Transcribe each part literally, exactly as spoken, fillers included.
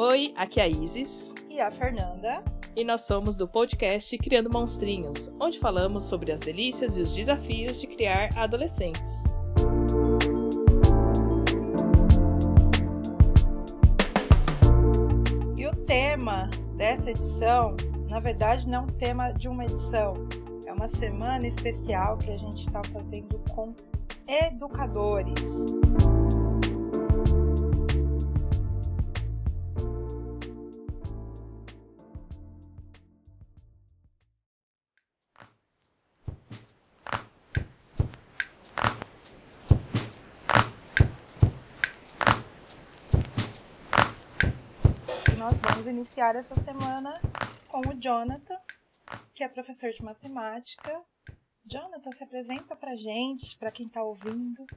Oi, aqui é a Isis. E a Fernanda. E nós somos do podcast Criando Monstrinhos, onde falamos sobre as delícias e os desafios de criar adolescentes. E o tema dessa edição, na verdade, não é um tema de uma edição. É uma semana especial que a gente está fazendo com educadores. Nós vamos iniciar essa semana com o Jonathan, que é professor de matemática. Jonathan, se apresenta pra gente, pra quem tá ouvindo.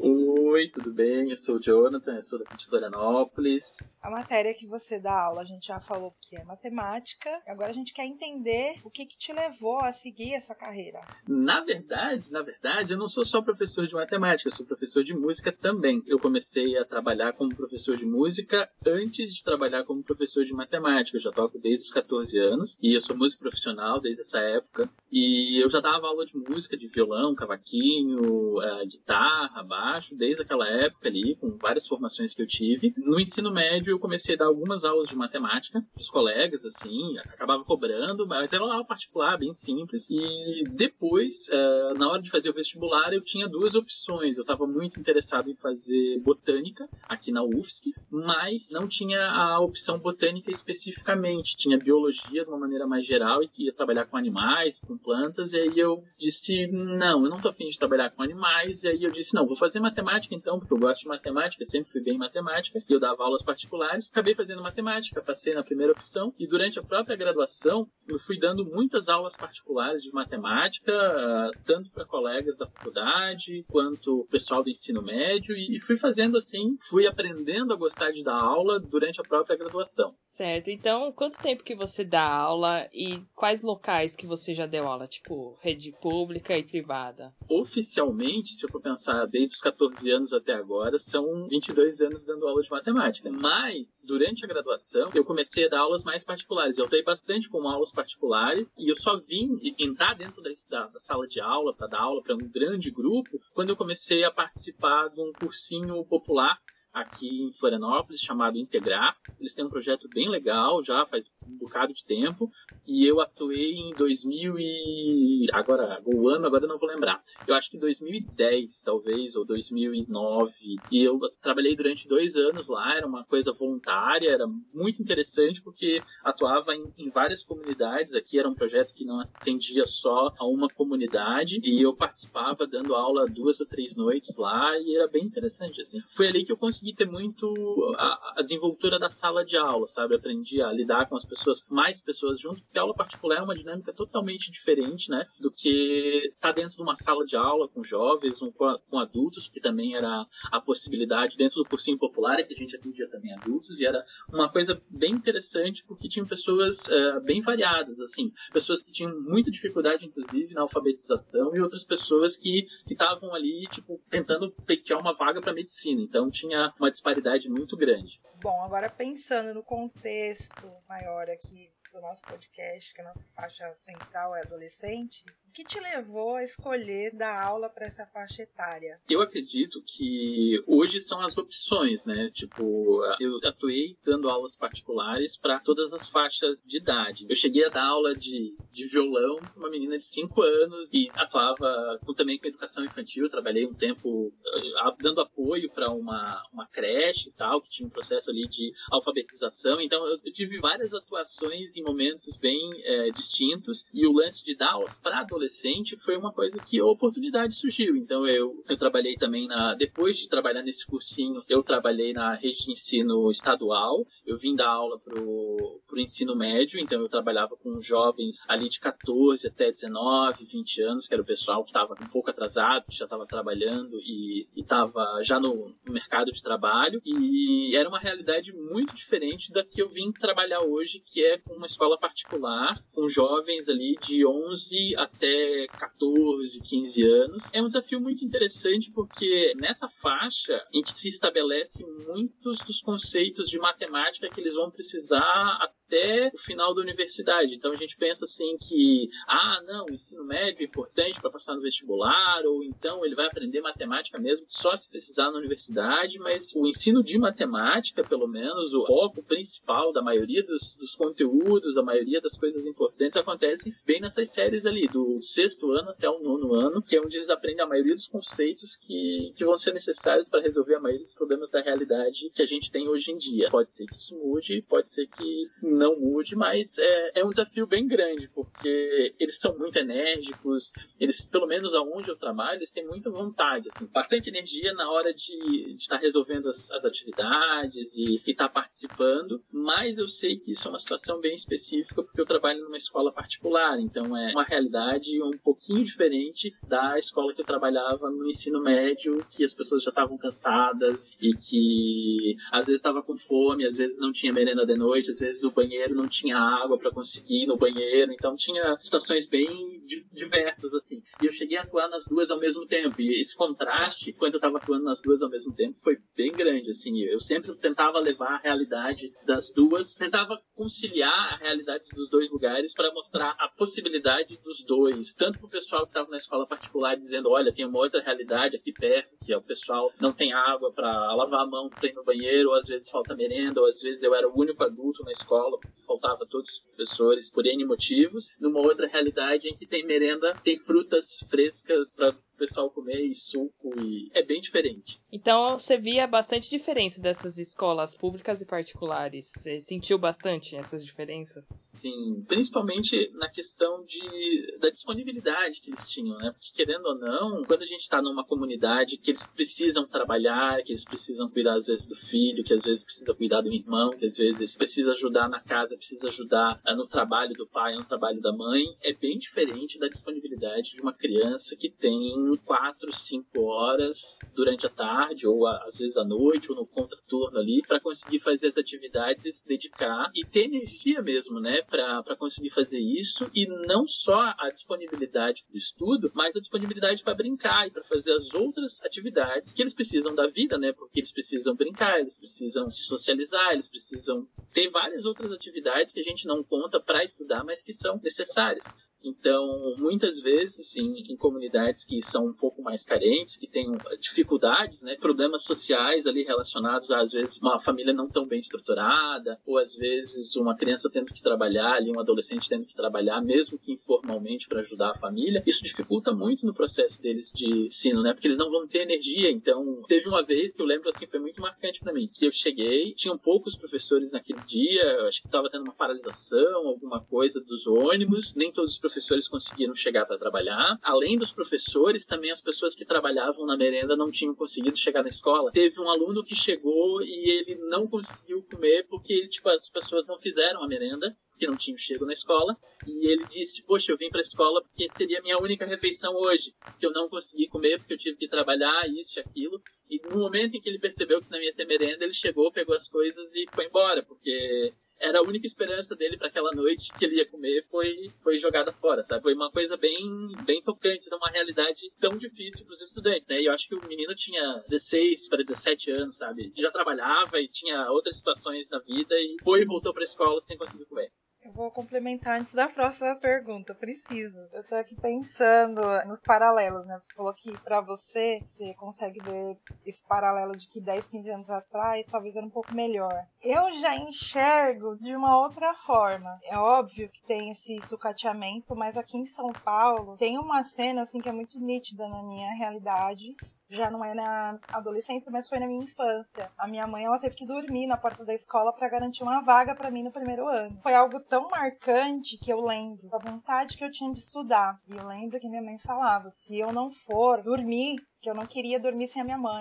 Oi, tudo bem? Eu sou o Jonathan, eu sou daqui de Florianópolis. A matéria que você dá aula, a gente já falou que é matemática. Agora a gente quer entender o que, que te levou a seguir essa carreira. Na verdade, na verdade, eu não sou só professor de matemática, eu sou professor de música também. Eu comecei a trabalhar como professor de música antes de trabalhar como professor de matemática. Eu já toco desde os catorze anos e eu sou músico profissional desde essa época. E eu já dava aula de música, de violão, cavaquinho, guitarra, baixo, desde aquela época ali, com várias formações que eu tive. No ensino médio, eu comecei a dar algumas aulas de matemática pros colegas, assim, acabava cobrando, mas era uma aula particular, bem simples. E depois, uh, na hora de fazer o vestibular, eu tinha duas opções. Eu estava muito interessado em fazer botânica, aqui na U F S C, mas não tinha a opção botânica especificamente. Tinha biologia de uma maneira mais geral e ia trabalhar com animais, com plantas, e aí eu disse, não, eu não tô afim de trabalhar com animais, e aí eu disse, não, vou fazer matemática então, porque eu gosto de matemática, sempre fui bem em matemática, e eu dava aulas particulares, acabei fazendo matemática, passei na primeira opção, e durante a própria graduação, eu fui dando muitas aulas particulares de matemática, tanto para colegas da faculdade, quanto pessoal do ensino médio, e fui fazendo assim, fui aprendendo a gostar de dar aula durante a própria graduação. Certo, então quanto tempo que você dá aula e quais locais que você já deu aula, tipo rede pública e privada? Oficialmente, se eu for pensar desde os catorze anos até agora, são vinte e dois anos dando aula de matemática. Mas, durante a graduação, eu comecei a dar aulas mais particulares. Eu optei bastante com aulas particulares e eu só vim entrar dentro da, da, da sala de aula para dar aula para um grande grupo quando eu comecei a participar de um cursinho popular aqui em Florianópolis, chamado Integrar. Eles têm um projeto bem legal, já faz um bocado de tempo, e eu atuei em dois mil e... Agora, o ano agora eu não vou lembrar. Eu acho que dois mil e dez, talvez, ou dois mil e nove. E eu trabalhei durante dois anos lá, era uma coisa voluntária, era muito interessante, porque atuava em, em várias comunidades. Aqui era um projeto que não atendia só a uma comunidade, e eu participava dando aula duas ou três noites lá, e era bem interessante, assim. Foi ali que eu consegui ter muito a, a desenvoltura da sala de aula, sabe? Eu aprendi a lidar com as pessoas, mais pessoas junto, porque a aula particular é uma dinâmica totalmente diferente, né? Do que estar dentro de uma sala de aula com jovens, um, com, com adultos, que também era a possibilidade dentro do cursinho popular, que a gente atendia também adultos, e era uma coisa bem interessante, porque tinham pessoas uh, bem variadas, assim, pessoas que tinham muita dificuldade, inclusive, na alfabetização, e outras pessoas que estavam ali, tipo, tentando pegar uma vaga para medicina. Então, tinha uma disparidade muito grande. Bom, agora pensando no contexto maior aqui do nosso podcast, que a nossa faixa central é adolescente, o que te levou a escolher dar aula para essa faixa etária? Eu acredito que hoje são as opções, né? Tipo, eu atuei dando aulas particulares para todas as faixas de idade. Eu cheguei a dar aula de, de violão para uma menina de cinco anos e atuava com, também com educação infantil. Trabalhei um tempo uh, dando apoio para uma, uma creche e tal, que tinha um processo ali de alfabetização. Então, eu, eu tive várias atuações em momentos bem é, distintos, e o lance de dar aula para adolescente foi uma coisa que a oportunidade surgiu. Então eu, eu trabalhei também na, depois de trabalhar nesse cursinho, eu trabalhei na rede de ensino estadual. Eu vim dar aula pro, pro ensino médio, então eu trabalhava com jovens ali de catorze até dezenove, vinte anos, que era o pessoal que estava um pouco atrasado, que já estava trabalhando e estava já no, no mercado de trabalho, e era uma realidade muito diferente da que eu vim trabalhar hoje, que é com uma numa escola particular, com jovens ali de onze até catorze, quinze anos. É um desafio muito interessante porque nessa faixa a gente se estabelece muitos dos conceitos de matemática que eles vão precisar até o final da universidade. Então a gente pensa assim que, ah, não, o ensino médio é importante para passar no vestibular, ou então ele vai aprender matemática mesmo só se precisar na universidade, mas o ensino de matemática, pelo menos, o foco principal da maioria dos, dos conteúdos, da maioria das coisas importantes, acontece bem nessas séries ali, do sexto ano até o nono ano, que é onde eles aprendem a maioria dos conceitos que, que vão ser necessários para resolver a maioria dos problemas da realidade que a gente tem hoje em dia. Pode ser que isso mude, pode ser que não mude, mas é, é um desafio bem grande, porque eles são muito enérgicos, eles, pelo menos aonde eu trabalho, eles têm muita vontade, assim, bastante energia na hora de estar resolvendo as, as atividades e estar participando, mas eu sei que isso é uma situação bem específica, porque eu trabalho numa escola particular, então é uma realidade um pouquinho diferente da escola que eu trabalhava no ensino médio, que as pessoas já estavam cansadas e que às vezes estava com fome, às vezes não tinha merenda de noite, às vezes o banheiro não tinha água para conseguir ir no banheiro, então tinha situações bem diversas, assim. E eu cheguei a atuar nas duas ao mesmo tempo, e esse contraste, quando eu estava atuando nas duas ao mesmo tempo, foi bem grande, assim. Eu sempre tentava levar a realidade das duas, tentava conciliar a realidade dos dois lugares para mostrar a possibilidade dos dois, tanto para o pessoal que estava na escola particular dizendo, olha, tem uma outra realidade aqui perto, que é o pessoal não tem água para lavar a mão para ir no banheiro, ou às vezes falta merenda, ou às vezes eu era o único adulto na escola, faltava todos os professores por N motivos, numa outra realidade em que tem merenda, tem frutas frescas para o pessoal comer e suco, e é bem diferente. Então você via bastante diferença dessas escolas públicas e particulares. Você sentiu bastante essas diferenças? Sim, principalmente na questão de, da disponibilidade que eles tinham, né? Porque, querendo ou não, quando a gente está numa comunidade que eles precisam trabalhar, que eles precisam cuidar às vezes do filho, que às vezes precisa cuidar do irmão, que às vezes precisa ajudar na casa, precisa ajudar no trabalho do pai, no trabalho da mãe, é bem diferente da disponibilidade de uma criança que tem quatro, cinco horas durante a tarde, ou às vezes à noite, ou no contraturno ali, para conseguir fazer as atividades e se dedicar e ter energia mesmo, né, para conseguir fazer isso, e não só a disponibilidade para o estudo, mas a disponibilidade para brincar e para fazer as outras atividades que eles precisam da vida, né, porque eles precisam brincar, eles precisam se socializar, eles precisam ter várias outras atividades que a gente não conta para estudar, mas que são necessárias. Então, muitas vezes, assim, em comunidades que são um pouco mais carentes, que têm dificuldades, né, problemas sociais ali relacionados a, às vezes, uma família não tão bem estruturada, ou às vezes uma criança tendo que trabalhar, ali, um adolescente tendo que trabalhar, mesmo que informalmente, para ajudar a família, isso dificulta muito no processo deles de ensino, né, porque eles não vão ter energia. Então, teve uma vez que eu lembro, assim, foi muito marcante para mim, que eu cheguei, tinham poucos professores naquele dia, acho que estava tendo uma paralisação, alguma coisa dos ônibus, nem todos os professores conseguiram chegar para trabalhar. Além dos professores, também as pessoas que trabalhavam na merenda não tinham conseguido chegar na escola. Teve um aluno que chegou e ele não conseguiu comer porque, tipo, as pessoas não fizeram a merenda, que não tinham chego na escola, e ele disse, poxa, eu vim para a escola porque seria a minha única refeição hoje, que eu não consegui comer porque eu tive que trabalhar, isso e aquilo. E no momento em que ele percebeu que não ia ter merenda, ele chegou, pegou as coisas e foi embora, porque era a única esperança dele para aquela noite que ele ia comer, foi, foi jogada fora, sabe? Foi uma coisa bem, bem tocante, numa realidade tão difícil para os estudantes, né? E eu acho que o menino tinha dezesseis para dezessete anos, sabe? Já trabalhava e tinha outras situações na vida e foi e voltou para a escola sem conseguir comer. Eu vou complementar antes da próxima pergunta, preciso. Eu tô aqui pensando nos paralelos, né? Você falou que pra você, você consegue ver esse paralelo de que dez, quinze anos atrás talvez era um pouco melhor. Eu já enxergo de uma outra forma. É óbvio que tem esse sucateamento, mas aqui em São Paulo tem uma cena assim que é muito nítida na minha realidade. Já não é na adolescência, mas foi na minha infância. A minha mãe, ela teve que dormir na porta da escola para garantir uma vaga para mim no primeiro ano. Foi algo tão marcante que eu lembro da vontade que eu tinha de estudar. E eu lembro que minha mãe falava, se eu não for dormir, que eu não queria dormir sem a minha mãe.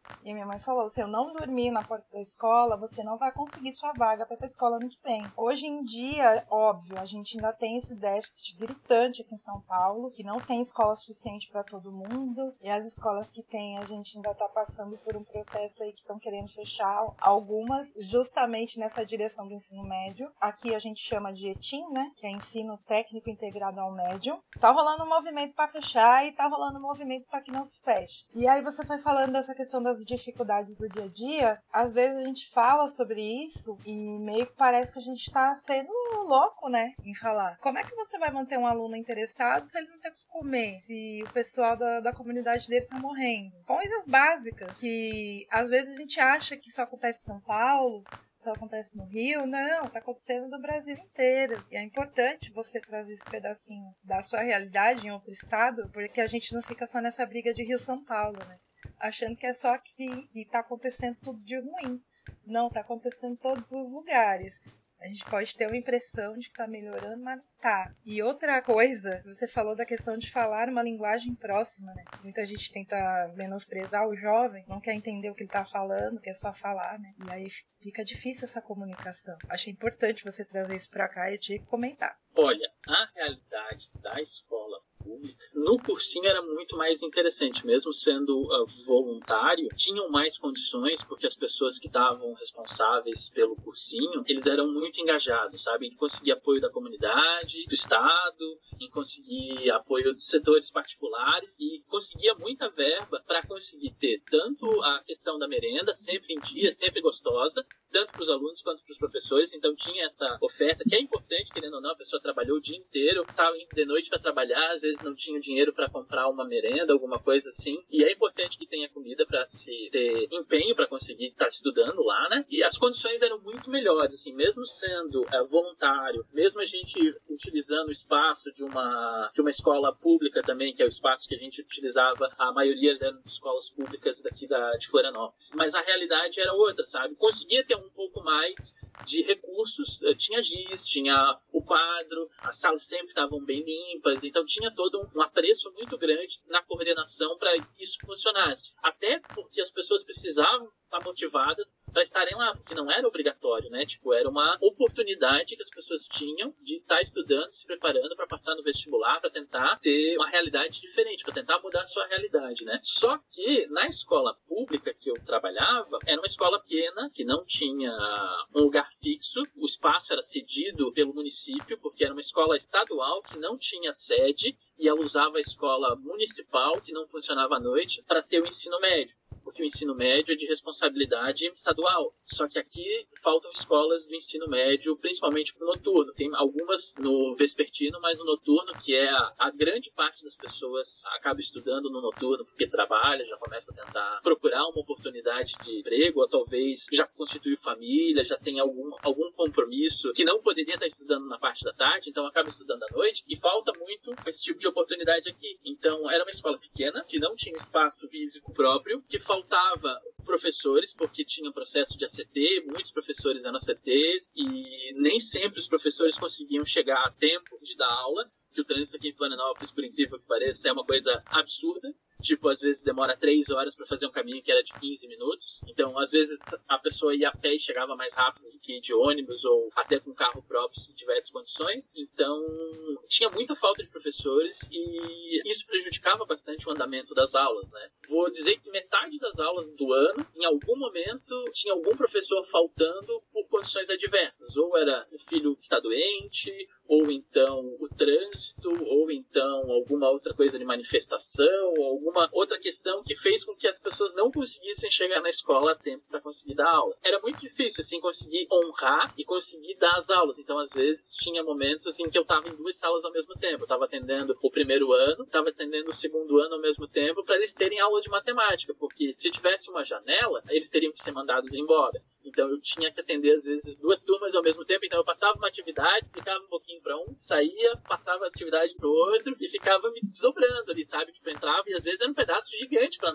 E minha mãe falou, se eu não dormir na porta da escola, você não vai conseguir sua vaga para ir pra escola ano que vem. Hoje em dia, óbvio, a gente ainda tem esse déficit gritante aqui em São Paulo, que não tem escola suficiente para todo mundo, e as escolas que tem, a gente ainda tá passando por um processo aí que estão querendo fechar algumas, justamente nessa direção do ensino médio. Aqui a gente chama de ETIM, né, que é ensino técnico integrado ao médio. Tá rolando um movimento para fechar e tá rolando um movimento para que não se feche. E aí você foi falando dessa questão das dificuldades do dia a dia, às vezes a gente fala sobre isso e meio que parece que a gente tá sendo louco, né, em falar. Como é que você vai manter um aluno interessado se ele não tem o que comer? Se o pessoal da, da comunidade dele tá morrendo? Coisas básicas que às vezes a gente acha que só acontece em São Paulo, só acontece no Rio, não, tá acontecendo no Brasil inteiro. E é importante você trazer esse pedacinho da sua realidade em outro estado, porque a gente não fica só nessa briga de Rio-São Paulo, né? Achando que é só aqui que tá acontecendo tudo de ruim. Não, tá acontecendo em todos os lugares. A gente pode ter uma impressão de que tá melhorando, mas não tá. E outra coisa, você falou da questão de falar uma linguagem próxima, né? Muita gente tenta menosprezar o jovem, não quer entender o que ele tá falando, quer só falar, né? E aí fica difícil essa comunicação. Achei importante você trazer isso pra cá e eu tinha que comentar. Olha, a realidade da escola pública, no cursinho era muito mais interessante, mesmo sendo uh, voluntário, tinham mais condições, porque as pessoas que estavam responsáveis pelo cursinho, eles eram muito engajados, sabe, em conseguir apoio da comunidade, do Estado, em conseguir apoio dos setores particulares, e conseguia muita verba para conseguir ter tanto a questão da merenda, sempre em dia, sempre gostosa, tanto para os alunos quanto para os professores. Então tinha essa oferta, que é importante, querendo ou não, a pessoa trabalhou o dia inteiro, estava indo de noite para trabalhar, às vezes não tinha dinheiro para comprar uma merenda, alguma coisa assim, e é importante que tenha comida para se ter empenho para conseguir estar estudando lá, né? E as condições eram muito melhores, assim, mesmo sendo é, voluntário, mesmo a gente utilizando o espaço de uma, de uma escola pública também, que é o espaço que a gente utilizava, a maioria das escolas públicas daqui da, de Florianópolis, mas a realidade era outra, sabe? Conseguia ter um pouco mais de recursos, tinha giz, tinha o quadro, as salas sempre estavam bem limpas, então tinha todo um apreço muito grande na coordenação para isso funcionasse. Até porque as pessoas precisavam estar motivadas para estarem lá, porque não era obrigatório, né? Tipo, era uma oportunidade que as pessoas tinham de estar estudando, se preparando para passar no vestibular, para tentar ter uma realidade diferente, para tentar mudar a sua realidade, né? Só que na escola pública que eu trabalhava, era uma escola pequena, que não tinha um lugar fixo, o espaço era cedido pelo município, porque era uma escola estadual que não tinha sede, e ela usava a escola municipal, que não funcionava à noite, para ter o ensino médio, porque o ensino médio é de responsabilidade estadual. Só que aqui faltam escolas do ensino médio, principalmente para o noturno. Tem algumas no vespertino, mas no noturno, que é a, a grande parte das pessoas acaba estudando no noturno, porque trabalha, já começa a tentar procurar uma oportunidade de emprego, ou talvez já constituiu família, já tem algum, algum compromisso que não poderia estar estudando na parte da tarde, então acaba estudando à noite, e falta muito esse tipo de oportunidade aqui. Então era uma escola pequena, que não tinha espaço físico próprio, que faltava professores, porque tinha um processo de A C T, muitos professores eram A C Ts, e nem sempre os professores conseguiam chegar a tempo de dar aula, que o trânsito aqui em Florianópolis, por incrível que pareça, é uma coisa absurda. Tipo, às vezes demora três horas para fazer um caminho que era de quinze minutos. Então, às vezes, a pessoa ia a pé e chegava mais rápido do que de ônibus ou até com carro próprio se tivesse condições. Então, tinha muita falta de professores e isso prejudicava bastante o andamento das aulas, né? Vou dizer que metade das aulas do ano, em algum momento, tinha algum professor faltando por condições adversas. Ou era o filho que está doente, ou então o trânsito, ou então alguma outra coisa de manifestação, ou alguma outra questão que fez com que as pessoas não conseguissem chegar na escola a tempo para conseguir dar aula. Era muito difícil, assim, conseguir honrar e conseguir dar as aulas. Então, às vezes, tinha momentos, assim, que eu estava em duas salas ao mesmo tempo. Eu estava atendendo o primeiro ano, estava atendendo o segundo ano ao mesmo tempo, para eles terem aula de matemática, porque se tivesse uma janela, eles teriam que ser mandados embora. Então, eu tinha que atender, às vezes, duas turmas ao mesmo tempo. Então, eu passava uma atividade, explicava um pouquinho para um, saía, passava a atividade para o outro e ficava me desdobrando ali, sabe? Tipo, entrava e, às vezes, era um pedaço gigante para andar.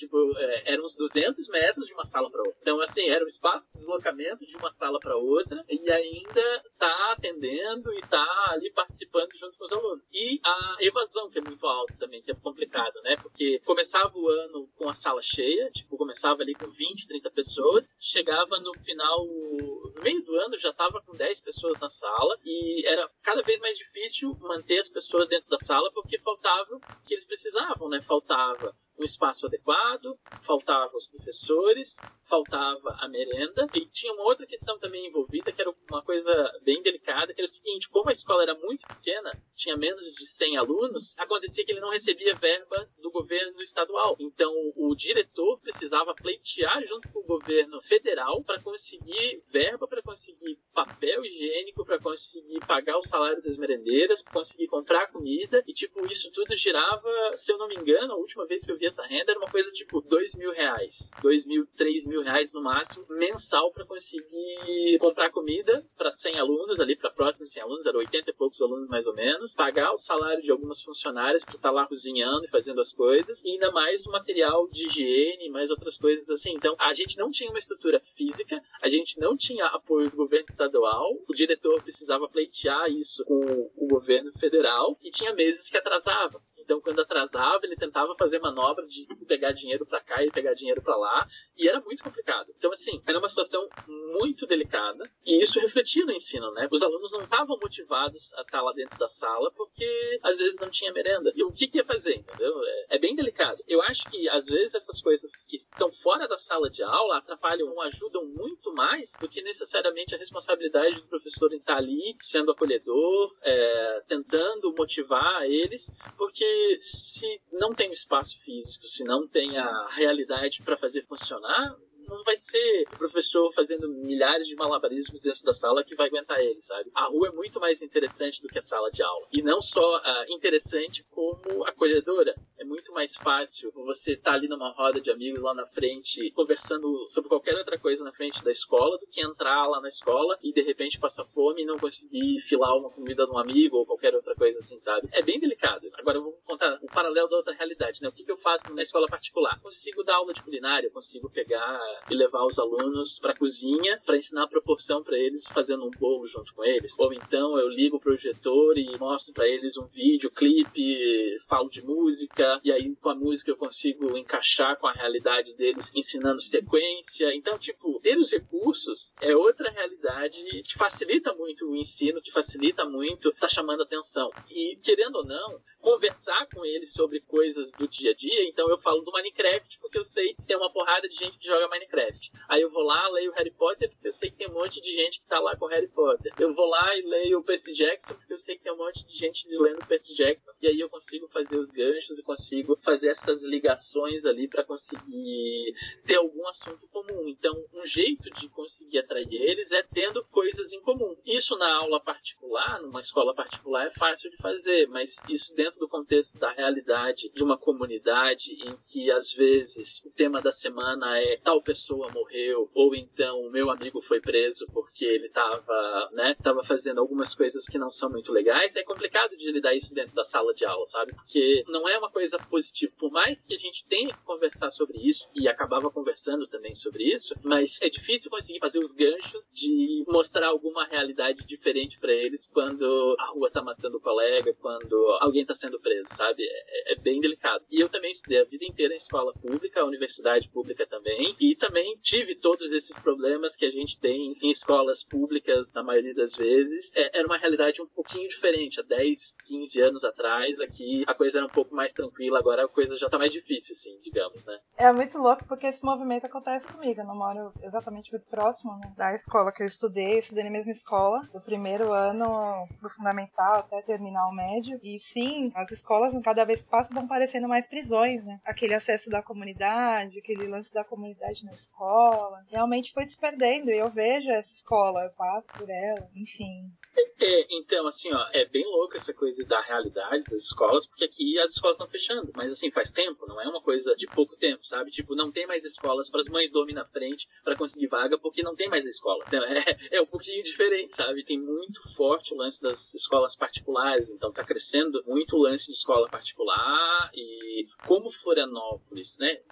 Tipo, é, eram uns duzentos metros de uma sala para outra. Então, assim, era um espaço de deslocamento de uma sala para outra e ainda tá atendendo e tá ali participando junto com os alunos. E a evasão, que é muito alta também, que é complicado, né? Porque começava o ano com a sala cheia, tipo, começava ali com vinte, trinta pessoas, chegava no final, no meio do ano já tava com dez pessoas na sala e era cada vez mais difícil manter as pessoas dentro da sala porque faltava o que eles precisavam, né? Faltava um espaço adequado, faltavam os professores, faltava a merenda e tinha uma outra questão também envolvida que era uma coisa bem delicada, que era o seguinte: como a escola era muito pequena, tinha menos de cem alunos, acontecia que ele não recebia verba do governo estadual. Então o diretor precisava pleitear junto com o governo federal para conseguir verba, para conseguir papel higiênico, para conseguir pagar o salário das merendeiras, para conseguir comprar comida e tipo, isso tudo girava, se eu não me engano, a última vez que eu vi essa renda era uma coisa tipo dois mil reais, dois mil, três mil reais no máximo, mensal para conseguir comprar comida para cem alunos, ali para próximos cem alunos, eram oitenta e poucos alunos mais ou menos, pagar o salário de algumas funcionárias que tá lá cozinhando e fazendo as coisas, e ainda mais o material de higiene, mais outras coisas assim. Então, a gente não tinha uma estrutura física, a gente não tinha apoio do governo estadual, o diretor precisava pleitear isso com o governo federal, e tinha meses que atrasavam. Então, quando atrasava, ele tentava fazer manobra de pegar dinheiro para cá e pegar dinheiro para lá, e era muito complicado. Então, assim, era uma situação muito delicada, e isso refletia no ensino, né? Os alunos não estavam motivados a estar lá dentro da sala, porque às vezes não tinha merenda. E o que, que ia fazer, entendeu? É, é bem delicado. Eu acho que, às vezes, essas coisas que estão fora da sala de aula atrapalham, ajudam muito mais do que necessariamente a responsabilidade do professor em estar ali, sendo acolhedor, é, tentando motivar eles, porque se não tem o espaço físico, se não tem a realidade para fazer funcionar, não vai ser o professor fazendo milhares de malabarismos dentro da sala que vai aguentar ele, sabe? A rua é muito mais interessante do que a sala de aula. E não só uh, interessante como acolhedora. É muito mais fácil você estar tá ali numa roda de amigos lá na frente, conversando sobre qualquer outra coisa na frente da escola, do que entrar lá na escola e de repente passar fome e não conseguir filar uma comida de um amigo ou qualquer outra coisa assim, sabe? É bem delicado. Agora eu vou contar o paralelo da outra realidade, né? O que, que eu faço na escola particular? Consigo dar aula de culinária, consigo pegar e levar os alunos para a cozinha para ensinar a proporção para eles, fazendo um bolo junto com eles. Ou então eu ligo o projetor e mostro para eles um vídeo, clipe, falo de música, e aí com a música eu consigo encaixar com a realidade deles, ensinando sequência. Então, tipo, ter os recursos é outra realidade que facilita muito o ensino, que facilita muito, tá chamando atenção. E, querendo ou não, conversar com eles sobre coisas do dia a dia, então eu falo do Minecraft, porque eu sei que tem uma porrada de gente que joga Minecraft. Aí eu vou lá, leio Harry Potter, porque eu sei que tem um monte de gente que tá lá com Harry Potter. Eu vou lá e leio o Percy Jackson, porque eu sei que tem um monte de gente lendo Percy Jackson. E aí eu consigo fazer os ganchos e consigo fazer essas ligações ali para conseguir ter algum assunto comum. Então, um jeito de conseguir atrair eles é tendo coisas em comum. Isso na aula particular, numa escola particular, é fácil de fazer, mas isso dentro do contexto da realidade de uma comunidade em que, às vezes, o tema da semana é tal pessoa morreu, ou então o meu amigo foi preso porque ele estava, né, tava fazendo algumas coisas que não são muito legais, é complicado de lidar isso dentro da sala de aula, sabe? Porque não é uma coisa positiva. Por mais que a gente tenha que conversar sobre isso, e acabava conversando também sobre isso, mas é difícil conseguir fazer os ganchos de mostrar alguma realidade diferente para eles quando a rua tá matando o colega, quando alguém tá sendo preso, sabe? É, é bem delicado. E eu também estudei a vida inteira em escola pública, a universidade pública também, e também tive todos esses problemas que a gente tem em escolas públicas, na maioria das vezes. É, era uma realidade um pouquinho diferente. Há dez, quinze anos atrás, aqui a coisa era um pouco mais tranquila, agora a coisa já tá mais difícil, assim, digamos, né? É muito louco porque esse movimento acontece comigo. Eu não moro exatamente muito próximo, né, da escola que eu estudei. Eu estudei na mesma escola, do primeiro ano do fundamental até terminar o médio. E sim, as escolas, cada vez que passam, vão parecendo mais prisões, né? Aquele acesso da comunidade, aquele lance da comunidade na escola, realmente foi se perdendo. E eu vejo essa escola, eu passo por ela, enfim. É, então, assim, ó, é bem louco essa coisa da realidade das escolas, porque aqui as escolas estão fechando, mas assim, faz tempo, não é uma coisa de pouco tempo, sabe? Tipo, não tem mais escolas para as mães dormirem na frente para conseguir vaga, porque não tem mais a escola. Então, é, é um pouquinho diferente, sabe? Tem muito forte o lance das escolas particulares, então tá crescendo muito o lance de escola particular, e como Florianópolis, né,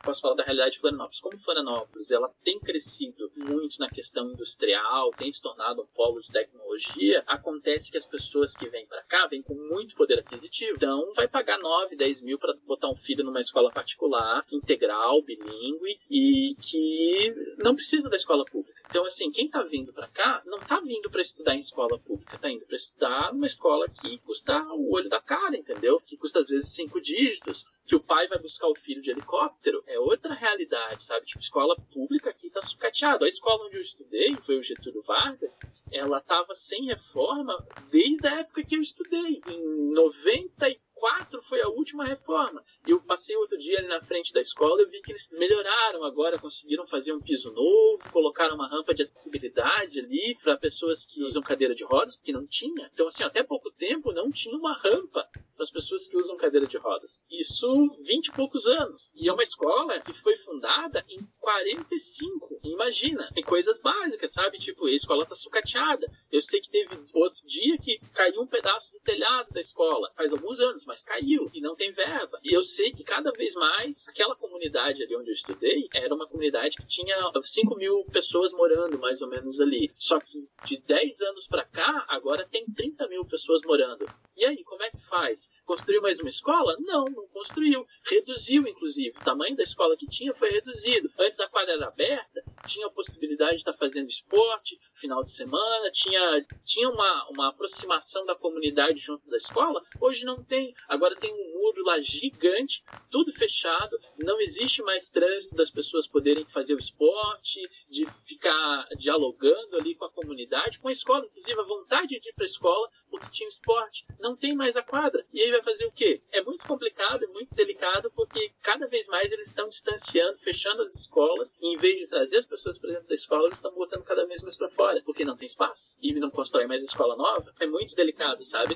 posso falar da realidade de Florianópolis. Como Florianópolis, ela tem crescido muito na questão industrial, tem se tornado um polo de tecnologia, acontece que as pessoas que vêm para cá vêm com muito poder aquisitivo. Então, vai pagar nove, dez mil para botar um filho numa escola particular, integral, bilíngue, e que não precisa da escola pública. Então, assim, quem está vindo para cá não está vindo para estudar em escola pública, está indo para estudar numa escola que custa o olho da cara, entendeu? Que custa, às vezes, cinco dígitos, que o pai vai buscar o filho de helicóptero. É outra realidade, sabe? Tipo, escola pública aqui está sucateado. A escola onde eu estudei, foi o Getúlio Vargas, ela estava sem reforma desde a época que eu estudei. Em noventa e quatro foi a última reforma. Eu passei outro dia ali na frente da escola e eu vi que eles melhoraram agora, conseguiram fazer um piso novo, colocaram uma rampa de acessibilidade ali para pessoas que usam cadeira de rodas, porque não tinha. Então, assim, até pouco tempo não tinha uma rampa para as pessoas que usam cadeira de rodas. Isso vinte e poucos anos. E é uma escola que foi fundada em quarenta e cinco. Imagina, tem coisas básicas, sabe? Tipo, a escola tá sucateada. Eu sei que teve outro dia que caiu um pedaço do telhado da escola. Faz alguns anos, mas caiu e não tem verba. E eu sei que cada vez mais, aquela comunidade ali onde eu estudei, era uma comunidade que tinha cinco mil pessoas morando, mais ou menos, ali. Só que de dez anos para cá, agora tem trinta mil pessoas morando. E aí, como é que faz? Construiu mais uma escola? Não, não construiu. Reduziu, inclusive. O tamanho da escola que tinha foi reduzido. Antes a quadra era aberta, tinha a possibilidade de estar fazendo esporte, final de semana, tinha, tinha uma, uma aproximação da comunidade junto da escola. Hoje não tem. Agora tem um muro lá gigante, tudo fechado, não existe mais trânsito das pessoas poderem fazer o esporte, de ficar dialogando ali com a comunidade, com a escola, inclusive a vontade de ir para a escola, porque tinha esporte. Não tem mais a quadra. E aí vai fazer o quê? É muito complicado, é muito delicado, porque cada vez mais eles estão distanciando, fechando as escolas, e em vez de trazer as pessoas para dentro da escola, eles estão botando cada vez mais para fora, porque não tem espaço, e não constrói mais escola nova. É muito delicado, sabe?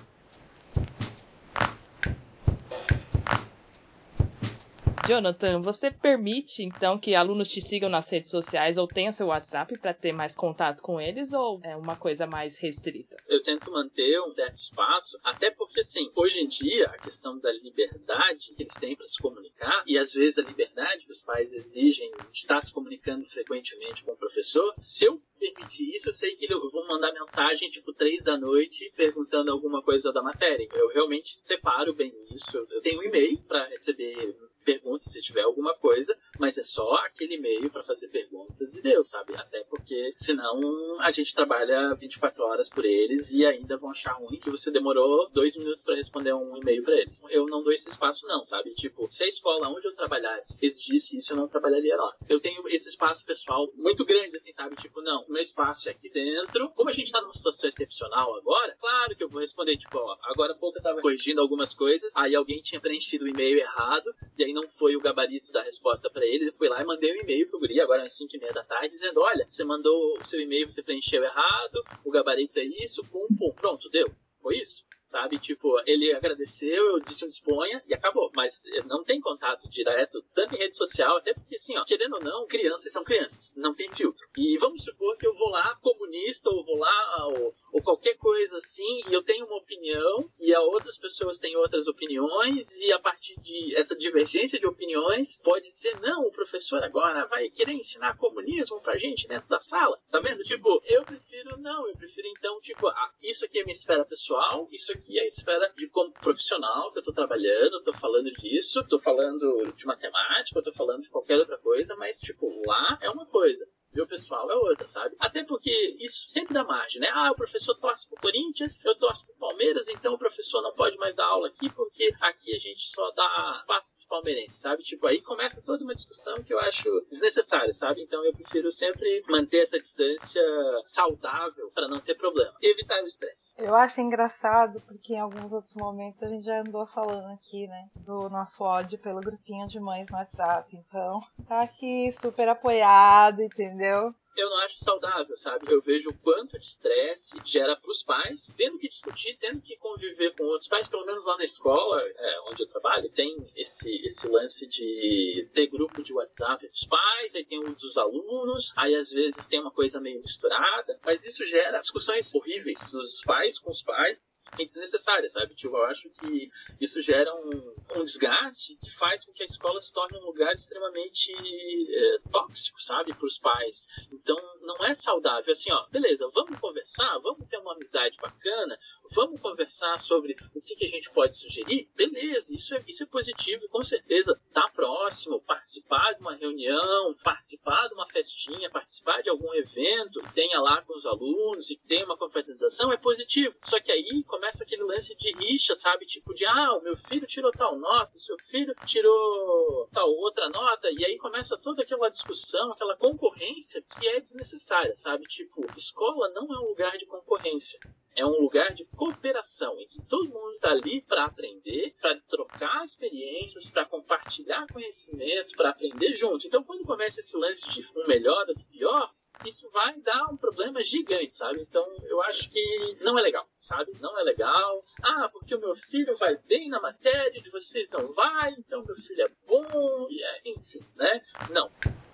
Jonathan, você permite, então, que alunos te sigam nas redes sociais ou tenham seu WhatsApp para ter mais contato com eles, ou é uma coisa mais restrita? Eu tento manter um certo espaço, até porque, assim, hoje em dia, a questão da liberdade que eles têm para se comunicar, e às vezes a liberdade que os pais exigem de estar se comunicando frequentemente com o professor, se eu permitir isso, eu sei que eu vou mandar mensagem, tipo, três da noite, perguntando alguma coisa da matéria. Eu realmente separo bem isso. Eu tenho um e-mail para receber perguntas se tiver alguma coisa, mas é só aquele e-mail para fazer perguntas e deu, sabe? Até porque, senão, a gente trabalha vinte e quatro horas por eles e ainda vão achar ruim que você demorou dois minutos para responder um e-mail para eles. Eu não dou esse espaço não, sabe? Tipo, se a escola onde eu trabalhasse exigisse isso, eu não trabalharia lá. Eu tenho esse espaço pessoal muito grande, assim, sabe? Tipo, não, o meu espaço é aqui dentro. Como a gente tá numa situação excepcional agora, claro que eu vou responder, tipo, ó, agora há pouco eu tava corrigindo algumas coisas, aí alguém tinha preenchido o e-mail errado, e aí não foi o gabarito da resposta pra ele, eu fui lá e mandei um e-mail pro guri, agora às cinco e meia da tarde, dizendo, olha, você mandou o seu e-mail, você preencheu errado, o gabarito é isso, pum, pum, pronto, deu. Foi isso. Sabe, tipo, ele agradeceu, eu disse um disponha e acabou. Mas não tem contato direto, tanto em rede social, até porque, assim, ó, querendo ou não, crianças são crianças, não tem filtro. E vamos supor que eu vou lá comunista, ou vou lá, ou, ou qualquer coisa assim, e eu tenho uma opinião, e a outras pessoas têm outras opiniões, e a partir de essa divergência de opiniões, pode dizer, não, o professor agora vai querer ensinar comunismo pra gente dentro da sala. Tá vendo? Tipo, eu prefiro não, eu prefiro então, tipo, ah, isso aqui é minha esfera pessoal, isso aqui e a esfera de como profissional que eu tô trabalhando, eu tô falando disso, tô falando de matemática, eu tô falando de qualquer outra coisa, mas, tipo, lá é uma coisa. Meu pessoal é outra, sabe? Até porque isso sempre dá margem, né? Ah, o professor torce pro Corinthians, eu torço pro Palmeiras, então o professor não pode mais dar aula aqui, porque aqui a gente só dá passo pros palmeirenses, sabe? Tipo, aí começa toda uma discussão que eu acho desnecessária, sabe? Então eu prefiro sempre manter essa distância saudável para não ter problema. E evitar o estresse. Eu acho engraçado, porque em alguns outros momentos a gente já andou falando aqui, né? Do nosso ódio pelo grupinho de mães no WhatsApp. Então, tá aqui super apoiado, entendeu? Eu não acho saudável, sabe? Eu vejo o quanto de estresse gera para os pais, tendo que discutir, tendo que conviver com outros pais, pelo menos lá na escola, é, onde eu trabalho, tem esse, esse lance de ter grupo de WhatsApp dos pais, aí tem o dos alunos, aí às vezes tem uma coisa meio misturada, mas isso gera discussões horríveis dos pais com os pais, é desnecessária, sabe? Tipo, eu acho que isso gera um, um desgaste que faz com que a escola se torne um lugar extremamente é, tóxico, sabe? Para os pais. Então, não é saudável. Assim, ó, beleza, vamos conversar, vamos ter uma amizade bacana, vamos conversar sobre o que, que a gente pode sugerir? Beleza, isso é, isso é positivo e com certeza tá próximo, participar de uma reunião, participar de uma festinha, participar de algum evento que tenha lá com os alunos e que tenha uma confraternização é positivo. Só que aí começa aquele lance de rixa, sabe? Tipo de, ah, o meu filho tirou tal nota, o seu filho tirou tal outra nota, e aí começa toda aquela discussão, aquela concorrência que é desnecessária, sabe? Tipo, escola não é um lugar de concorrência. É um lugar de cooperação, em que todo mundo está ali para aprender, para trocar experiências, para compartilhar conhecimentos, para aprender junto. Então, quando começa esse lance de um melhor, outro pior, isso vai dar um problema gigante, sabe? Então, eu acho que não é legal, sabe? Não é legal. Ah, porque o meu filho vai bem na matéria, de vocês não vai, então meu filho é bom, e é, enfim, né? Não.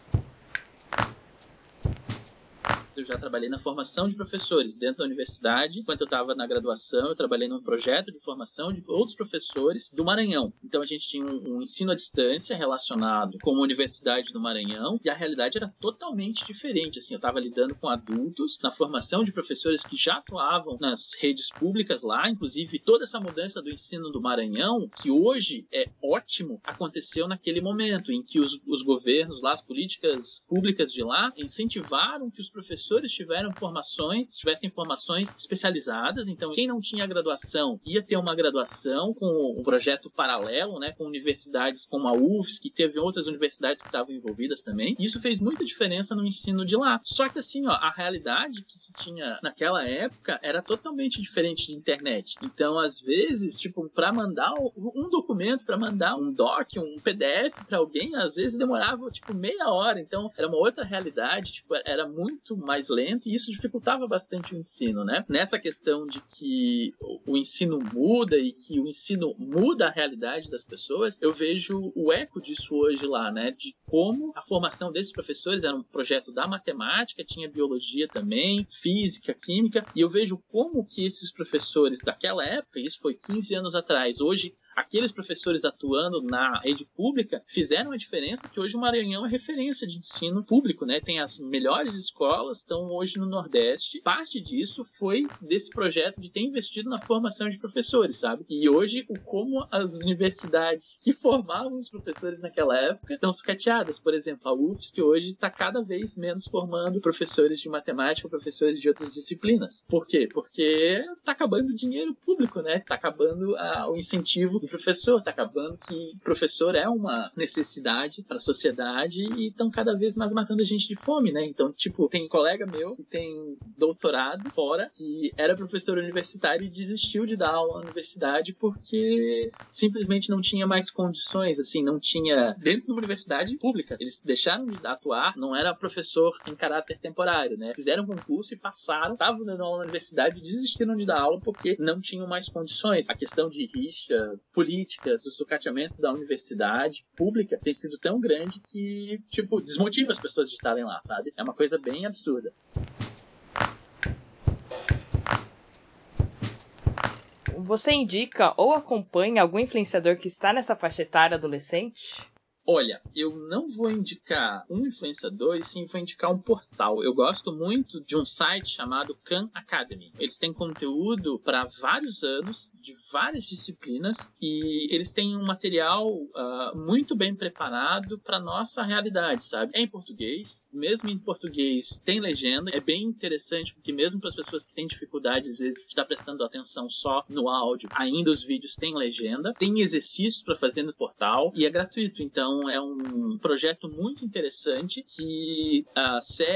Eu já trabalhei na formação de professores dentro da universidade. Enquanto eu estava na graduação, eu trabalhei num projeto de formação de outros professores do Maranhão. Então, a gente tinha um, um ensino à distância relacionado com a Universidade do Maranhão e a realidade era totalmente diferente. Assim, eu estava lidando com adultos na formação de professores que já atuavam nas redes públicas lá. Inclusive, toda essa mudança do ensino do Maranhão, que hoje é ótimo, aconteceu naquele momento em que os, os governos lá, as políticas públicas de lá, incentivaram que os professores professores tiveram formações, tivessem formações especializadas. Então, quem não tinha graduação ia ter uma graduação com um projeto paralelo, né, com universidades como a U F S C, que teve outras universidades que estavam envolvidas também. Isso fez muita diferença no ensino de lá. Só que assim, ó, a realidade que se tinha naquela época era totalmente diferente de internet. Então, às vezes, tipo, para mandar um documento, para mandar um doc, um P D F para alguém, às vezes demorava tipo meia hora. Então, era uma outra realidade, tipo, era muito mais mais lento, e isso dificultava bastante o ensino, né? Nessa questão de que o ensino muda e que o ensino muda a realidade das pessoas, eu vejo o eco disso hoje lá, né? De como a formação desses professores era um projeto da matemática, tinha biologia também, física, química, e eu vejo como que esses professores daquela época, isso foi quinze anos atrás, hoje aqueles professores atuando na rede pública fizeram a diferença que hoje o Maranhão é referência de ensino público, né? Tem as melhores escolas, estão hoje no Nordeste. Parte disso foi desse projeto de ter investido na formação de professores, sabe? E hoje, o como as universidades que formavam os professores naquela época estão sucateadas. Por exemplo, a U F S C, que hoje está cada vez menos formando professores de matemática, professores de outras disciplinas. Por quê? Porque está acabando o dinheiro público, né? Está acabando ah, o incentivo do professor, está acabando que professor é uma necessidade para a sociedade e estão cada vez mais matando a gente de fome, né? Então, tipo, tem um colega meu que tem doutorado fora, que era professor universitário e desistiu de dar aula na universidade porque simplesmente não tinha mais condições, assim, não tinha dentro de uma universidade pública. Eles deixaram de atuar, não era professor em caráter temporário, né? Fizeram um concurso e passaram, estavam dando aula na universidade e desistiram de dar aula porque não tinham mais condições. A questão de rixas políticas, o sucateamento da universidade pública tem sido tão grande que, tipo, desmotiva as pessoas de estarem lá, sabe? É uma coisa bem absurda. Você indica ou acompanha algum influenciador que está nessa faixa etária adolescente? Olha, eu não vou indicar um influenciador, e sim vou indicar um portal. Eu gosto muito de um site chamado Khan Academy. Eles têm conteúdo para vários anos, de várias disciplinas, e eles têm um material uh, muito bem preparado para nossa realidade, sabe? É em português, mesmo em português tem legenda, é bem interessante, porque mesmo para as pessoas que têm dificuldade, às vezes, de estar prestando atenção só no áudio, ainda os vídeos têm legenda, tem exercícios para fazer no portal, e é gratuito, então é um projeto muito interessante que uh, serve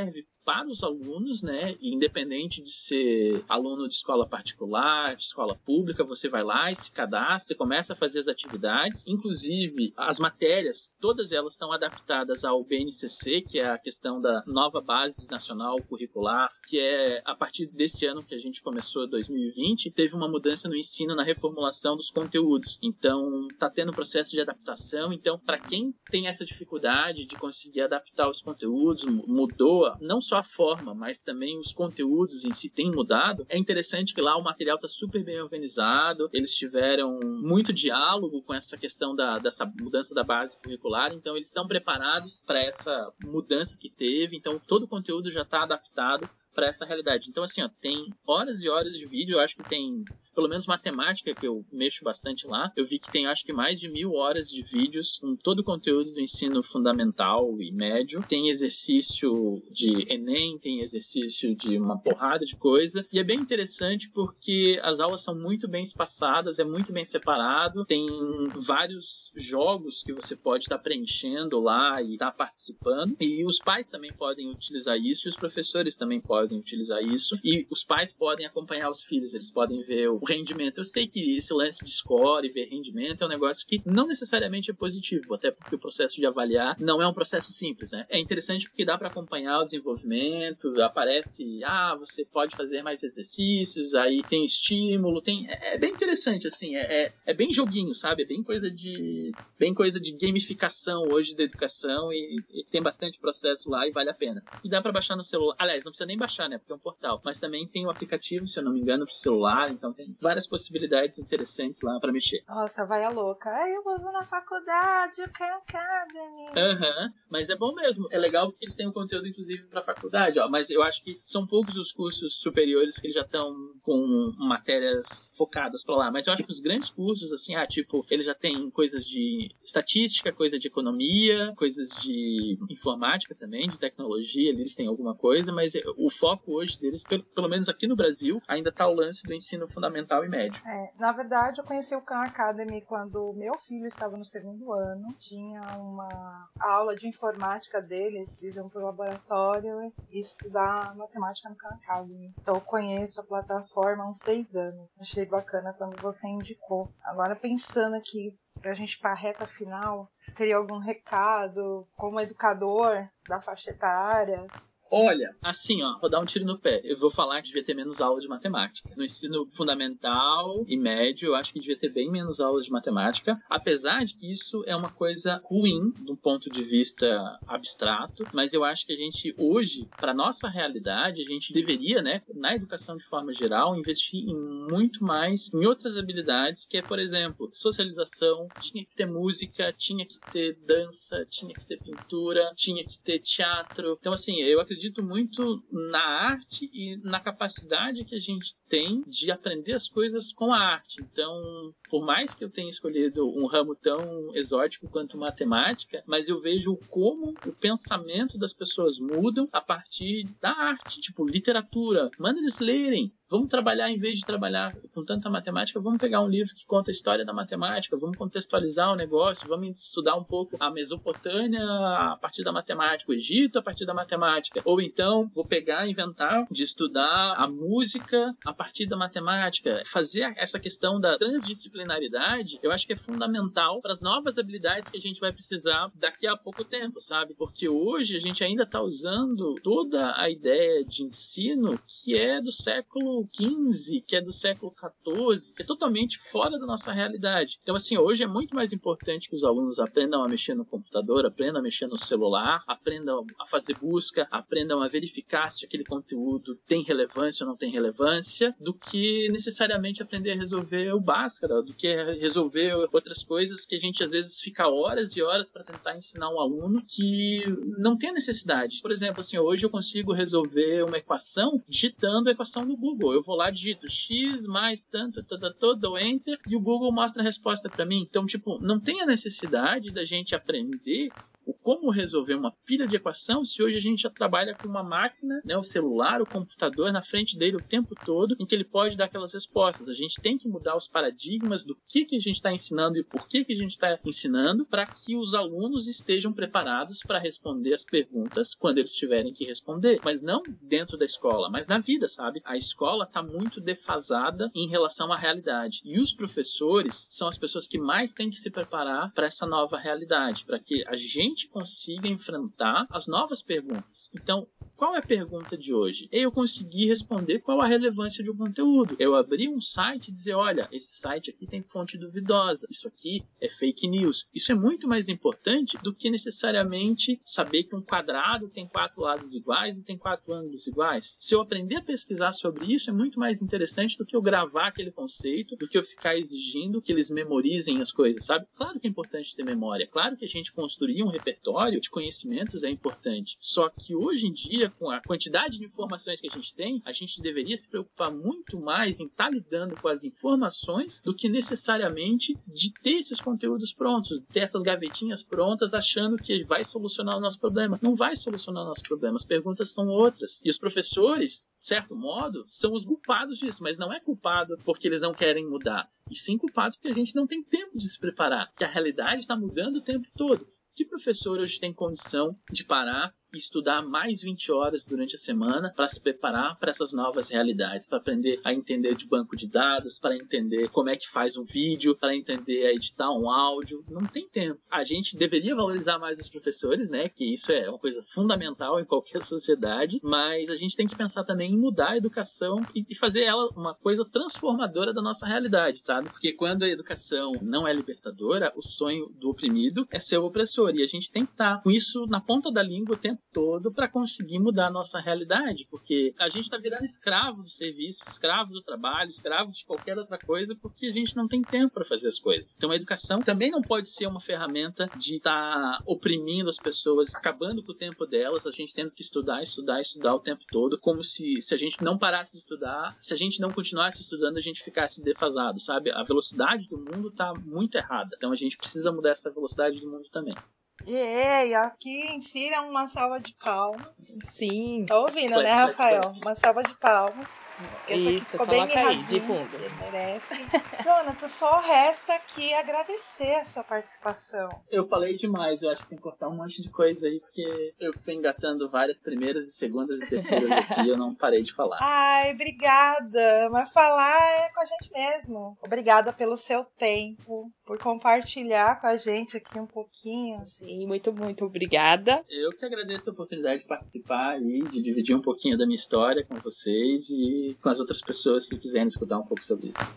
para os alunos, né? E independente de ser aluno de escola particular, de escola pública, você vai lá e se cadastra e começa a fazer as atividades. Inclusive, as matérias, todas elas estão adaptadas ao B N C C, que é a questão da nova Base Nacional Curricular, que é a partir desse ano que a gente começou, dois mil e vinte, teve uma mudança no ensino, na reformulação dos conteúdos. Então, está tendo um processo de adaptação. Então, para quem tem essa dificuldade de conseguir adaptar os conteúdos, mudou não só a forma, mas também os conteúdos em si têm mudado, é interessante que lá o material está super bem organizado, eles tiveram muito diálogo com essa questão da, dessa mudança da base curricular, então eles estão preparados para essa mudança que teve, então todo o conteúdo já está adaptado para essa realidade. Então, assim, ó, tem horas e horas de vídeo, eu acho que tem, pelo menos matemática, que eu mexo bastante lá, eu vi que tem, acho que mais de mil horas de vídeos com todo o conteúdo do ensino fundamental e médio. Tem exercício de Enem, tem exercício de uma porrada de coisa, e é bem interessante porque as aulas são muito bem espaçadas, é muito bem separado, tem vários jogos que você pode estar preenchendo lá e estar participando, e os pais também podem utilizar isso, e os professores também podem utilizar isso, e os pais podem acompanhar os filhos, eles podem ver o rendimento. Eu sei que esse lance de score e ver rendimento é um negócio que não necessariamente é positivo, até porque o processo de avaliar não é um processo simples, né? É interessante porque dá para acompanhar o desenvolvimento, aparece, ah, você pode fazer mais exercícios, aí tem estímulo, tem... É bem interessante, assim, é, é, é bem joguinho, sabe? É bem coisa de bem coisa de gamificação hoje da educação e, e tem bastante processo lá e vale a pena. E dá para baixar no celular, aliás, não precisa nem baixar, né? Porque é um portal. Mas também tem o aplicativo, se eu não me engano, pro celular. Então tem várias possibilidades interessantes lá pra mexer. Nossa, vai a louca. Ah, eu uso na faculdade, o Khan Academy. Aham, uhum, mas é bom mesmo. É legal porque eles têm um conteúdo, inclusive, pra faculdade. Ó. Mas eu acho que são poucos os cursos superiores que eles já estão com matérias focadas pra lá. Mas eu acho que os grandes cursos, assim, ah, tipo, eles já têm coisas de estatística, coisa de economia, coisas de informática também, de tecnologia. Eles têm alguma coisa, mas o foco hoje deles, pelo, pelo menos aqui no Brasil, ainda está o lance do ensino fundamental e médio. É, na verdade, eu conheci o Khan Academy quando meu filho estava no segundo ano. Tinha uma aula de informática deles, eles iam para o laboratório e estudar matemática no Khan Academy. Então, eu conheço a plataforma há uns seis anos. Achei bacana quando você indicou. Agora, pensando aqui, pra gente ir pra reta final, teria algum recado como educador da faixa etária? Olha, assim, ó, vou dar um tiro no pé. Eu vou falar que devia ter menos aula de matemática. No ensino fundamental e médio, eu acho que devia ter bem menos aulas de matemática, apesar de que isso é uma coisa ruim do ponto de vista abstrato, mas eu acho que a gente hoje, para nossa realidade, a gente deveria, né, na educação de forma geral, investir em muito mais em outras habilidades, que é, por exemplo, socialização, tinha que ter música, tinha que ter dança, tinha que ter pintura, tinha que ter teatro. Então, assim, eu acredito acredito muito na arte e na capacidade que a gente tem de aprender as coisas com a arte. Então, por mais que eu tenha escolhido um ramo tão exótico quanto matemática, mas eu vejo como o pensamento das pessoas mudam a partir da arte, tipo literatura. Manda eles lerem. Vamos trabalhar, em vez de trabalhar com tanta matemática, vamos pegar um livro que conta a história da matemática, vamos contextualizar o negócio, vamos estudar um pouco a Mesopotâmia a partir da matemática, o Egito a partir da matemática. Ou então, vou pegar e inventar de estudar a música a partir da matemática. Fazer essa questão da transdisciplinaridade, eu acho que é fundamental para as novas habilidades que a gente vai precisar daqui a pouco tempo, sabe? Porque hoje a gente ainda está usando toda a ideia de ensino que é do século quinze, que é do século quatorze, que é totalmente fora da nossa realidade. Então, assim, hoje é muito mais importante que os alunos aprendam a mexer no computador, aprendam a mexer no celular, aprendam a fazer busca, aprendam a verificar se aquele conteúdo tem relevância ou não tem relevância, do que necessariamente aprender a resolver o Bhaskara, do que resolver outras coisas que a gente às vezes fica horas e horas para tentar ensinar um aluno que não tem a necessidade. Por exemplo, assim, hoje eu consigo resolver uma equação digitando a equação no Google. Eu vou lá, digito x mais tanto, todo, todo, enter, e o Google mostra a resposta para mim. Então, tipo, não tem a necessidade da gente aprender o como resolver uma pilha de equação se hoje a gente já trabalha com uma máquina, né, o celular, o computador na frente dele o tempo todo, em que ele pode dar aquelas respostas. A gente tem que mudar os paradigmas do que, que a gente está ensinando e por que, que a gente está ensinando, para que os alunos estejam preparados para responder as perguntas quando eles tiverem que responder. Mas não dentro da escola, mas na vida, sabe? A escola está muito defasada em relação à realidade. E os professores são as pessoas que mais têm que se preparar para essa nova realidade, para que a gente consiga enfrentar as novas perguntas. Então, qual é a pergunta de hoje? Eu consegui responder qual a relevância de um conteúdo. Eu abri um site e dizer, olha, esse site aqui tem fonte duvidosa, isso aqui é fake news. Isso é muito mais importante do que necessariamente saber que um quadrado tem quatro lados iguais e tem quatro ângulos iguais. Se eu aprender a pesquisar sobre isso, é muito mais interessante do que eu gravar aquele conceito, do que eu ficar exigindo que eles memorizem as coisas, sabe? Claro que é importante ter memória, claro que a gente construir um repertório de conhecimentos é importante. Só que hoje em dia, com a quantidade de informações que a gente tem, a gente deveria se preocupar muito mais em estar lidando com as informações do que necessariamente de ter esses conteúdos prontos, de ter essas gavetinhas prontas achando que vai solucionar o nosso problema. Não vai solucionar o nosso problema, as perguntas são outras. E os professores, de certo modo, são os culpados disso, mas não é culpado porque eles não querem mudar, e sim culpados porque a gente não tem tempo de se preparar, que a realidade está mudando o tempo todo. Que professor hoje tem condição de parar e estudar mais vinte horas durante a semana para se preparar para essas novas realidades, para aprender a entender de banco de dados, para entender como é que faz um vídeo, para entender a editar um áudio? Não tem tempo. A gente deveria valorizar mais os professores, né? Que isso é uma coisa fundamental em qualquer sociedade, mas a gente tem que pensar também em mudar a educação e fazer ela uma coisa transformadora da nossa realidade, sabe? Porque quando a educação não é libertadora, o sonho do oprimido é ser o opressor, e a gente tem que estar com isso na ponta da língua o tempo todo para conseguir mudar a nossa realidade, porque a gente está virando escravo do serviço, escravo do trabalho, escravo de qualquer outra coisa, porque a gente não tem tempo para fazer as coisas. Então a educação também não pode ser uma ferramenta de estar tá oprimindo as pessoas, acabando com o tempo delas, a gente tendo que estudar, estudar, estudar o tempo todo, como se, se a gente não parasse de estudar, se a gente não continuasse estudando, a gente ficasse defasado, sabe? A velocidade do mundo está muito errada, então a gente precisa mudar essa velocidade do mundo também. E aqui insira uma salva de palmas. Sim. Tá ouvindo, né, Rafael? Uma salva de palmas. Isso, ficou bem aí, de fundo. Ele merece. Jonathan, só resta aqui agradecer a sua participação. Eu falei demais, eu acho que tem que cortar um monte de coisa aí, porque eu fui engatando várias primeiras e segundas e terceiras aqui e eu não parei de falar. Ai, obrigada. Mas falar é com a gente mesmo. Obrigada pelo seu tempo, por compartilhar com a gente aqui um pouquinho. Sim, muito, muito obrigada. Eu que agradeço a oportunidade de participar e de dividir um pouquinho da minha história com vocês e com as outras pessoas que quiserem escutar um pouco sobre isso.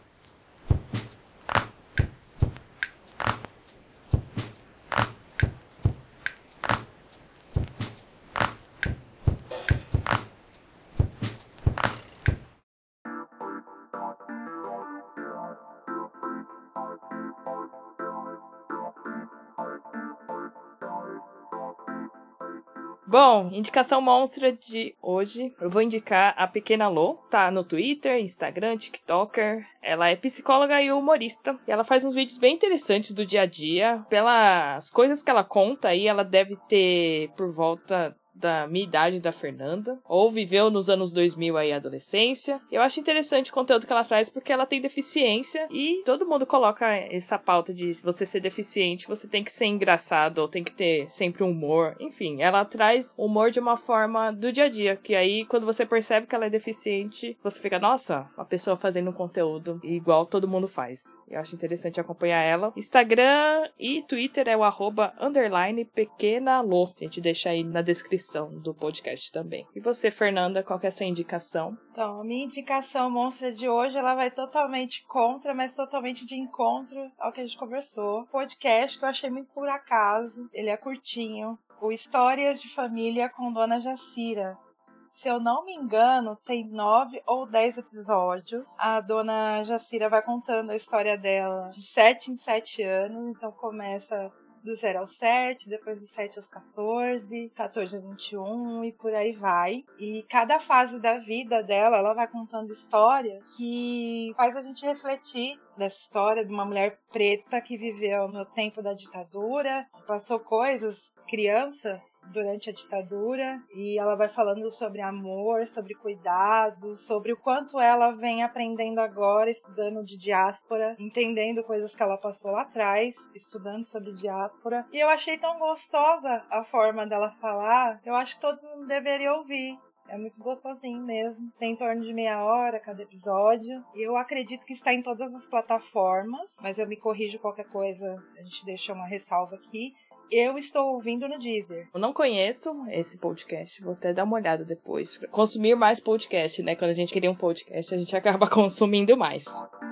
Bom, indicação monstra de hoje, eu vou indicar a Pequena Lô, tá no Twitter, Instagram, TikToker. Ela é psicóloga e humorista, e ela faz uns vídeos bem interessantes do dia a dia. Pelas coisas que ela conta aí, ela deve ter por volta da minha idade da Fernanda, ou viveu nos anos dois mil aí a adolescência. Eu acho interessante o conteúdo que ela traz porque ela tem deficiência e todo mundo coloca essa pauta de se você ser deficiente, você tem que ser engraçado ou tem que ter sempre um humor. Enfim, ela traz humor de uma forma do dia a dia, que aí quando você percebe que ela é deficiente, você fica, nossa, uma pessoa fazendo um conteúdo igual todo mundo faz. Eu acho interessante acompanhar ela. Instagram e Twitter é o arroba underline pequenalô. A gente deixa aí na descrição do podcast também. E você, Fernanda, qual que é a sua indicação? Então, a minha indicação monstra de hoje, ela vai totalmente contra, mas totalmente de encontro ao que a gente conversou. Podcast que eu achei muito por acaso, ele é curtinho. O Histórias de Família com Dona Jacira. Se eu não me engano, tem nove ou dez episódios. A Dona Jacira vai contando a história dela de sete em sete anos, então começa do zero aos sete, depois do sete aos quatorze, quatorze a vinte e um e por aí vai. E cada fase da vida dela, ela vai contando histórias que faz a gente refletir dessa história de uma mulher preta que viveu no tempo da ditadura, passou coisas, criança, durante a ditadura, e ela vai falando sobre amor, sobre cuidado, sobre o quanto ela vem aprendendo agora, estudando de diáspora, entendendo coisas que ela passou lá atrás, estudando sobre diáspora. E eu achei tão gostosa a forma dela falar, eu acho que todo mundo deveria ouvir. É muito gostosinho mesmo. Tem em torno de meia hora cada episódio. Eu acredito que está em todas as plataformas, mas eu me corrijo qualquer coisa, a gente deixa uma ressalva aqui. Eu estou ouvindo no Deezer. Eu não conheço esse podcast, vou até dar uma olhada depois. Consumir mais podcast, né? Quando a gente cria um podcast, a gente acaba consumindo mais.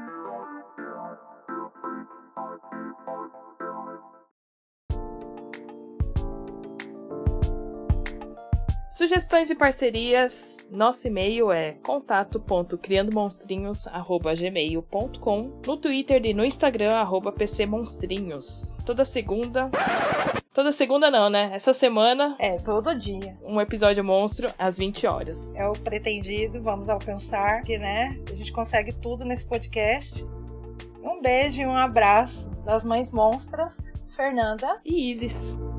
Sugestões e parcerias, nosso e-mail é contato ponto criando monstrinhos arroba gmail ponto com, no Twitter e no Instagram, arroba pcmonstrinhos. Toda segunda... Toda segunda não, né? Essa semana... É, todo dia. Um episódio monstro às vinte horas. É o pretendido, vamos alcançar, que, né? A gente consegue tudo nesse podcast. Um beijo e um abraço das mães monstras, Fernanda e Isis.